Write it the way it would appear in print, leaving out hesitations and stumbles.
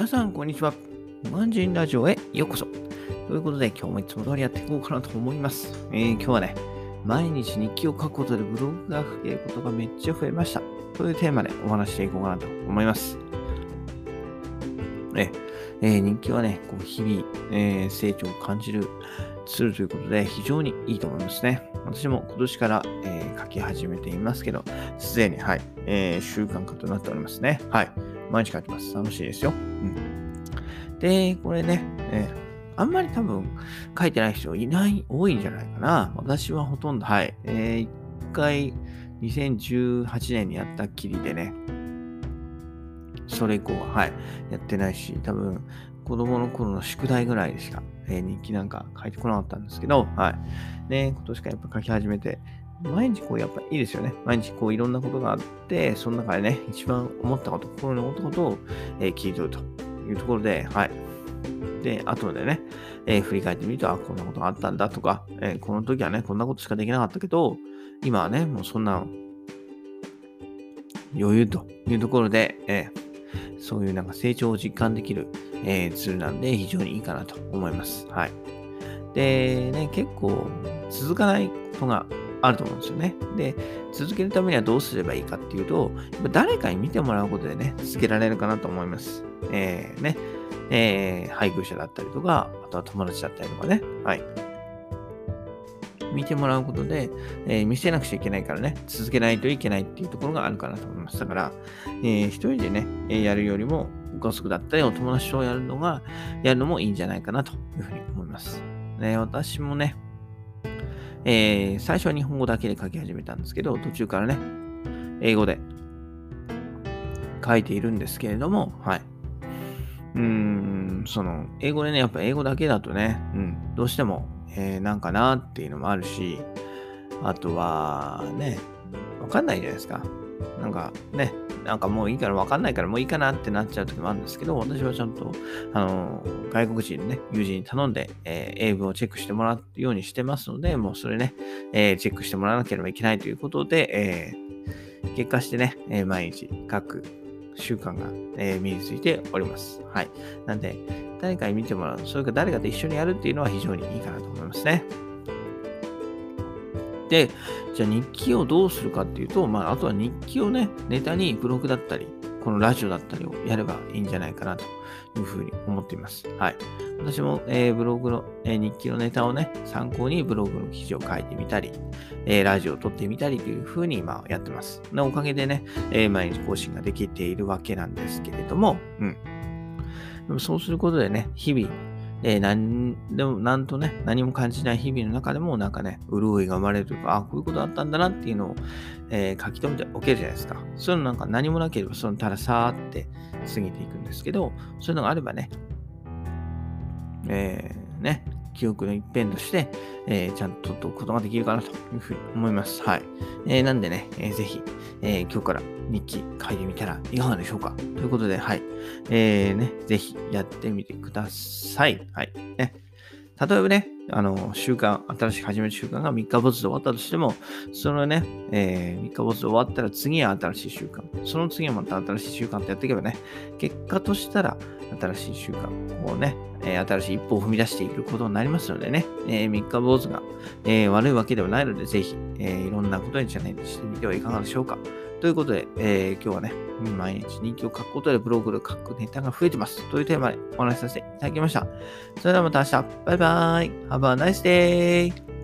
皆さん、こんにちは。日本人ラジオへようこそ。ということで、今日もいつも通りやっていこうかなと思います。今日はね、毎日日記を書くことでブログが増えることがめっちゃ増えました。というテーマでお話していこうかなと思います。日記はね、日々、成長を感じるツールということで非常にいいと思いますね。私も今年から、書き始めていますけど、すでに、習慣化となっておりますね。毎日書きます。楽しいですよ。で、これね、あんまり多分書いてない人多いんじゃないかな。私はほとんど、一回2018年にやったっきりでね、それ以降は、やってないし、多分子供の頃の宿題ぐらいでしか、日記なんか書いてこなかったんですけど、今年からやっぱ書き始めて、毎日やっぱいいですよね。毎日いろんなことがあって、その中でね、一番思ったこと、心に思ったことを、聞いてるというところで、で、後でね、振り返ってみると、こんなことがあったんだとか、この時はね、こんなことしかできなかったけど、今はね、もうそんな余裕というところで、そういう成長を実感できる、ツールなんで非常にいいかなと思います。で、ね、結構続かないことがあると思うんですよね。で、続けるためにはどうすればいいかっていうと、やっぱ誰かに見てもらうことでね、続けられるかなと思います。配偶者だったりとか、あとは友達だったりとかね。見てもらうことで、見せなくちゃいけないからね、続けないといけないっていうところがあるかなと思います。だから、一人でね、やるよりも、ご家族だったりお友達とやるのもいいんじゃないかなというふうに思います。私もね、最初は日本語だけで書き始めたんですけど、途中からね、英語で書いているんですけれども、英語でね、やっぱ英語だけだとね、どうしても、なんかなっていうのもあるし、あとはね、わかんないじゃないですか。なんかもういいからわかんないからもういいかなってなっちゃう時もあるんですけど、私はちゃんと、外国人のね、友人に頼んで、英文をチェックしてもらうようにしてますので、もうそれね、チェックしてもらわなければいけないということで、結果してね、毎日書く習慣が、身についております。なんで、誰かに見てもらう、それから誰かと一緒にやるっていうのは非常にいいかなと思いますね。で、じゃあ日記をどうするかっていうと、あとは日記をね、ネタにブログだったり、このラジオだったりをやればいいんじゃないかなというふうに思っています。私も、ブログの、日記のネタをね、参考にブログの記事を書いてみたり、ラジオを撮ってみたりというふうに今やってます。おかげでね、毎日更新ができているわけなんですけれども、でもそうすることでね、日々、なんとね、何も感じない日々の中でも潤いが生まれるというか、こういうことあったんだなっていうのを、書き留めておけるじゃないですか。そういうの何もなければ、たださーって過ぎていくんですけど、そういうのがあればね、記憶の一辺として、ちゃんと取っておくことができるかなというふうに思います。なんでね、ぜひ、今日から日記書いてみたらいかがでしょうか。ということで、ぜひやってみてください。例えばね、新しく始める習慣が三日坊主で終わったとしても、そのね、三日坊主で終わったら次は新しい習慣。その次はまた新しい習慣ってやっていけばね、結果としたら新しい習慣をね、新しい一歩を踏み出していくことになりますのでね、三日坊主が、悪いわけではないので、ぜひ、いろんなことにチャレンジしてみてはいかがでしょうか。ということで、今日はね、毎日日記を書くことでブログで書くネタが増えてます。というテーマでお話しさせていただきました。それではまた明日。バイバイ。Have a nice day.